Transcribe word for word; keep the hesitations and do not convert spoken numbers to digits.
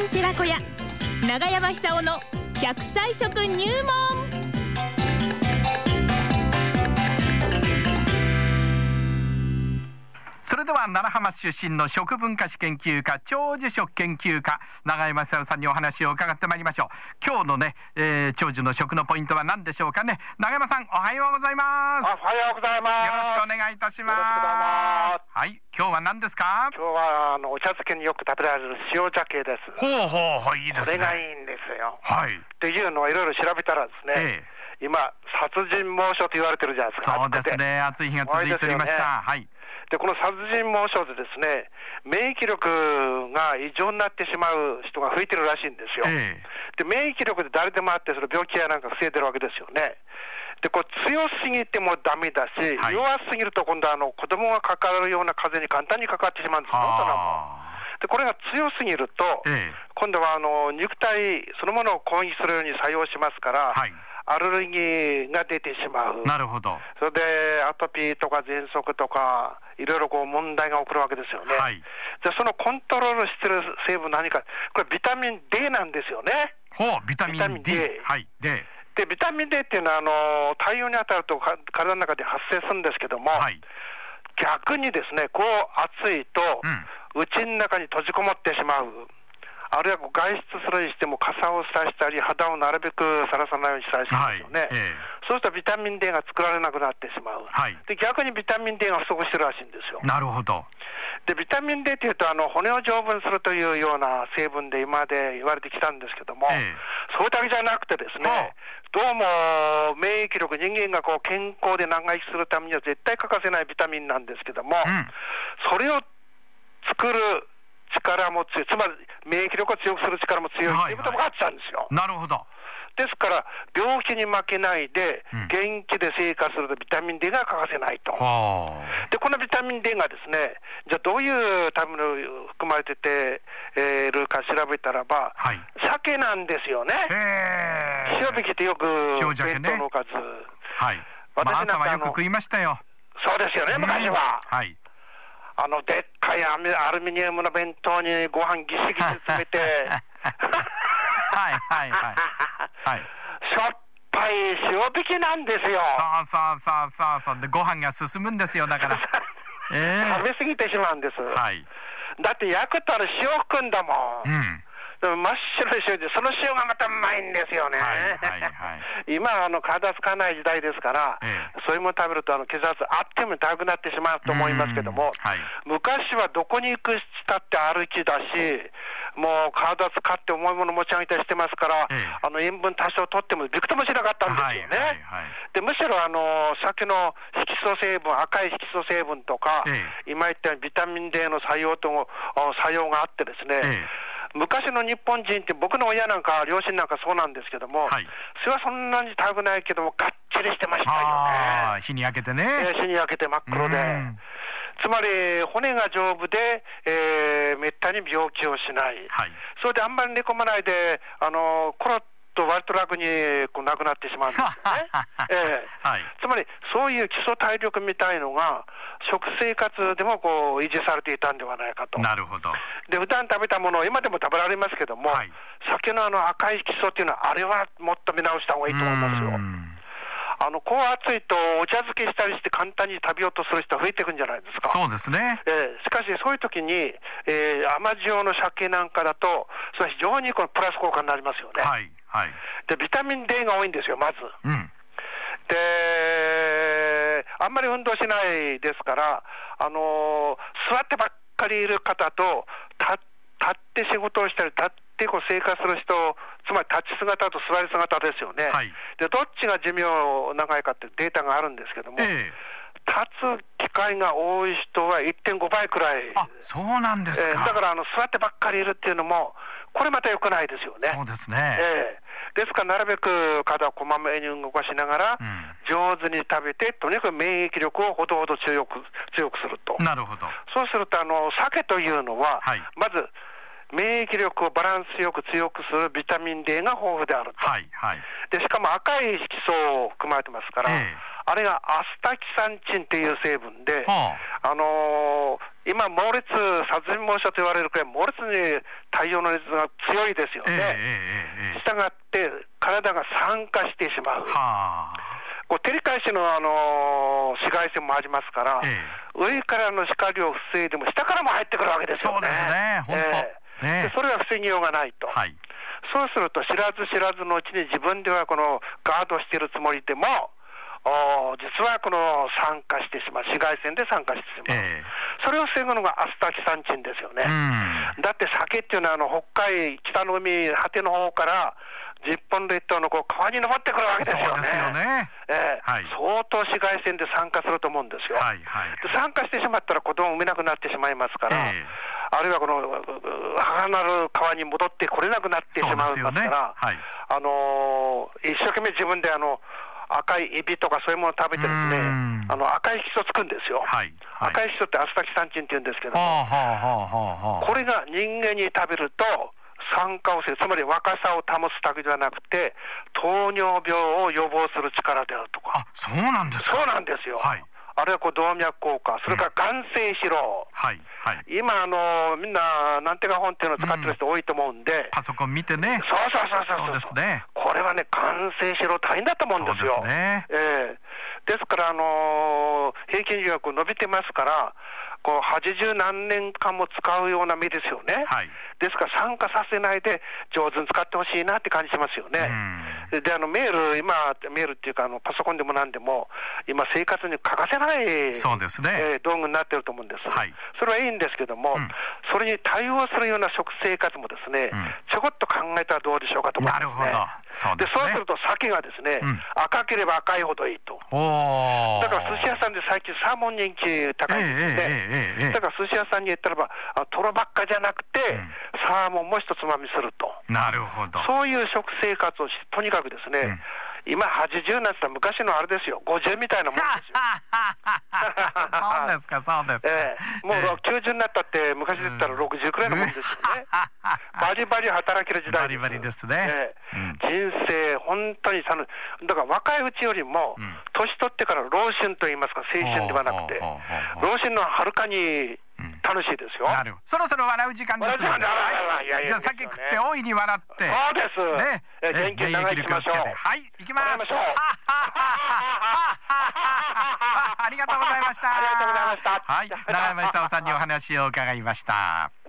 ン寺子屋長山久夫の百歳食入門。 それでは奈良浜出身の食文化史研究家、長寿食研究家永山久夫さんにお話を伺ってまいりましょう。今日のね、えー、長寿の食のポイントは何でしょうかね。永山さん、おはようございます。 おはようございます。 よろしくお願いいたします。はい、今日は何ですか。 今日はあのお茶漬けによく食べられる塩鮭です。 ほうほうほう、いいですね。 これがいいんですよ。 はい。 っていうのをいろいろ調べたらですね、ええ、今殺人猛暑と言われてるじゃないですか。 そうですね、暑い日が続いておりました。はい。 でこの殺人猛暑でですね、免疫力が異常になってしまう人が増えてるらしいんですよ。ええ、で免疫力で誰でもあって、それ病気やなんか防いでるわけですよね。でこう強すぎてもダメだし、はい、弱すぎると今度はあの子供がかかるような風邪に簡単にかかってしまうんですよ、大人も。でこれが強すぎると、ええ、今度はあの肉体そのものを攻撃するように作用しますから、はい、アレルギーが出てしまう。 なるほど。 それでアトピーとか喘息とかいろいろこう問題が起こるわけですよね。はい、じゃあそのコントロールしてる成分何か、これビタミン D なんですよね。 ほう、ビタミン D。D。はい。D。 でビタミン D っていうのはあの太陽に当たると体の中で発生するんですけども、はい、逆にですね、こう暑いと家、うん、の中に閉じこもってしまう。あるいは外出するにしても傘を差したり肌をなるべくさらさないようにしたりするんですよね。はい、ええ、そうするとビタミン D が作られなくなってしまう。はい、で逆にビタミン D が不足してるらしいんですよ。 なるほど。 でビタミン D というとあの骨を丈夫にするというような成分で今まで言われてきたんですけども、ええ、それだけじゃなくてですね、はあ、どうも免疫力、人間がこう健康で長生きするためには絶対欠かせないビタミンなんですけども、うん、それを作る力も強い、つまり免疫力を強くする力も強いということも分かってたんですよ。 はいはい、なるほど。 ですから病気に負けないで元気で生活するとビタミン D が欠かせないと、うん、でこのビタミン D がですね、じゃあどういう食べ物含まれてて、えー、るか調べたらば、はい、鮭なんですよね。塩引きってよく弁当のおかず、 はい、私なんか、まあ、朝はよく食いましたよ。 そうですよね、昔は、 うん、はい、 あのでっかいアルミニウムの弁当にご飯ぎしぎし詰めてはいはいはいはい、 しょっぱい塩引きなんですよ。 そうそうそうそうそう、でご飯が進むんですよ、だから、 えー、食べ過ぎてしまうんです。はい、だって焼くとあれ塩含んだもん。うん、でも真っ白い塩で、その塩がまたうまいんですよね。はいはいはい、今はあの体使わない時代ですから、ええ、そういうもの食べるとあの血圧あっても高くなってしまうと思いますけども、はい、昔はどこに行くしたって歩きだし、もう体使って重いもの持ち上げたりしてますから、ええ、あの塩分多少取ってもびくともしなかったんですよね。はいはいはい、でむしろあの鮭の色素成分、赤い色素成分とか、ええ、今言ったようにビタミン D の作用と作用があってですね、ええ、昔の日本人って、僕の親なんか両親なんかそうなんですけども、はい、それはそんなに高くないけどもがっちりしてましたよね。 日に焼けてね、 えー、日に焼けて真っ黒で、つまり骨が丈夫で、えー、めったに病気をしない、はい、それであんまり寝込まないで、あのコロッと割と楽にこうなくなってしまうんですよね。えーはい、つまりそういう基礎体力みたいのが食生活でもこう維持されていたんではないかと。 なるほど。で普段食べたものを今でも食べられますけども、はい、鮭のあの赤い基礎っていうのはあれはもっと見直した方がいいと思いますよ。あのこう暑いとお茶漬けしたりして簡単に食べようとする人増えていくんじゃないですか。 そうですね、 えー、しかしそういう時に、えー、甘塩の鮭なんかだとそれは非常にこのプラス効果になりますよね。はいはい、でビタミン D が多いんですよ、まず、うん、であんまり運動しないですから、あのー、座ってばっかりいる方と立って仕事をしたり立ってこう生活する人、つまり立ち姿と座り姿ですよね。はい、でどっちが寿命長いかってデータがあるんですけども、えー、立つ機会が多い人は いってんご 倍くらい。 あ、そうなんですか。 えー、だからあの座ってばっかりいるっていうのもこれまた良くないですよね。 そうですね、 えー、ですからなるべく体をこまめに動かしながら、うん、上手に食べて、とにかく免疫力をほどほど強く強くすると。 なるほど。 そうするとあの鮭というのは、はい、まず免疫力をバランスよく強くするビタミン D が豊富であると、はいはい、でしかも赤い色素を含まれてますから、えー、あれがアスタキサンチンっていう成分で、はあ、あのー、 今、猛烈殺人猛暑と言われるくらい、猛烈に太陽の熱が強いですよね。 えーえーえー、 したがって、体が酸化してしまう。 はこう照り返しの、あのー、紫外線もありますから、えー、上からの光を防いでも、下からも入ってくるわけですよね。 そうですね、本当。えーね、 でそれは防ぎようがないと。はい、そうすると、知らず知らずのうちに自分ではこのガードしているつもりでも、実はこの酸化してしまう、紫外線で酸化してしまう、えー、それを防ぐのがアスタキサンチンですよね。だって鮭っていうのはあの北海、北の海、果ての方から日本列島のこう川に登ってくるわけですよね。 そうですよね、 えーはい、相当紫外線で酸化すると思うんですよ。はいはい、で酸化してしまったら子供を産めなくなってしまいますから、えー、あるいはこの母なる川に戻ってこれなくなってしまいますから、ねはい、あのー、一生懸命自分であの赤いエビとかそういうものを食べてですね、あの赤い色素つくんですよ、はいはい、赤い色素ってアスタキサンチンって言うんですけども、これが人間に食べると酸化をする、つまり若さを保つだけではなくて糖尿病を予防する力であるとか。 あ、そうなんですか。 そうなんですよ、はい、あるいはこう動脈硬化、それから眼性疲労、うんはいはい、今あのみんななんてか本っていうのを使ってる人多いと思うんで、うん、 パソコン見てね、 そうそうそうそう、 そうですね、 これはね眼性疲労大変だと思うんですよ。 そうですね、 えー、ですから、あのー、平均寿命が伸びてますから、こうはちじゅうなんねんかんも使うような身ですよね、はい、ですから酸化させないで上手に使ってほしいなって感じしますよね。うん、であのメール、今メールっていうかあのパソコンでもなんでも今生活に欠かせない、 そうですね、 えー、道具になってると思うんです、はい、それはいいんですけども、うん、それに対応するような食生活もですね、うん、ちょこっと考えたらどうでしょうかと思いますね。 なるほど、そうですね。 でそうすると鮭がですね、うん、赤ければ赤いほどいいと。 おだから寿司屋さんで最近サーモン人気高いんですね、えーえーえー、だから寿司屋さんに行ったらばトロばっかじゃなくて、うん、サーモンも一つまみすると。 なるほど。 そういう食生活をしとにかくですね、うん、今はちじゅうになってたら昔のあれですよ、ごじゅうみたいなもんですよそうですか、そうですか、 えー、もうきゅうじゅうになったって昔で言ったらろくじゅうくらいのもんですよね、うん、バリバリ働ける時代です。 バリバリですね、 えーうん、人生本当に楽しい。だから若いうちよりも、うん、年取ってから老春といいますか青春ではなくて老春のはるかに楽しいですよ。 なる。そろそろ笑う時間ですので、じゃあ酒食って大いに笑って、 そうです、ね、え元気に長生きしましょう。 はい、行きます。ありがとうございました。 ありがとうございました。 はい、永山久夫さんにお話を伺いました。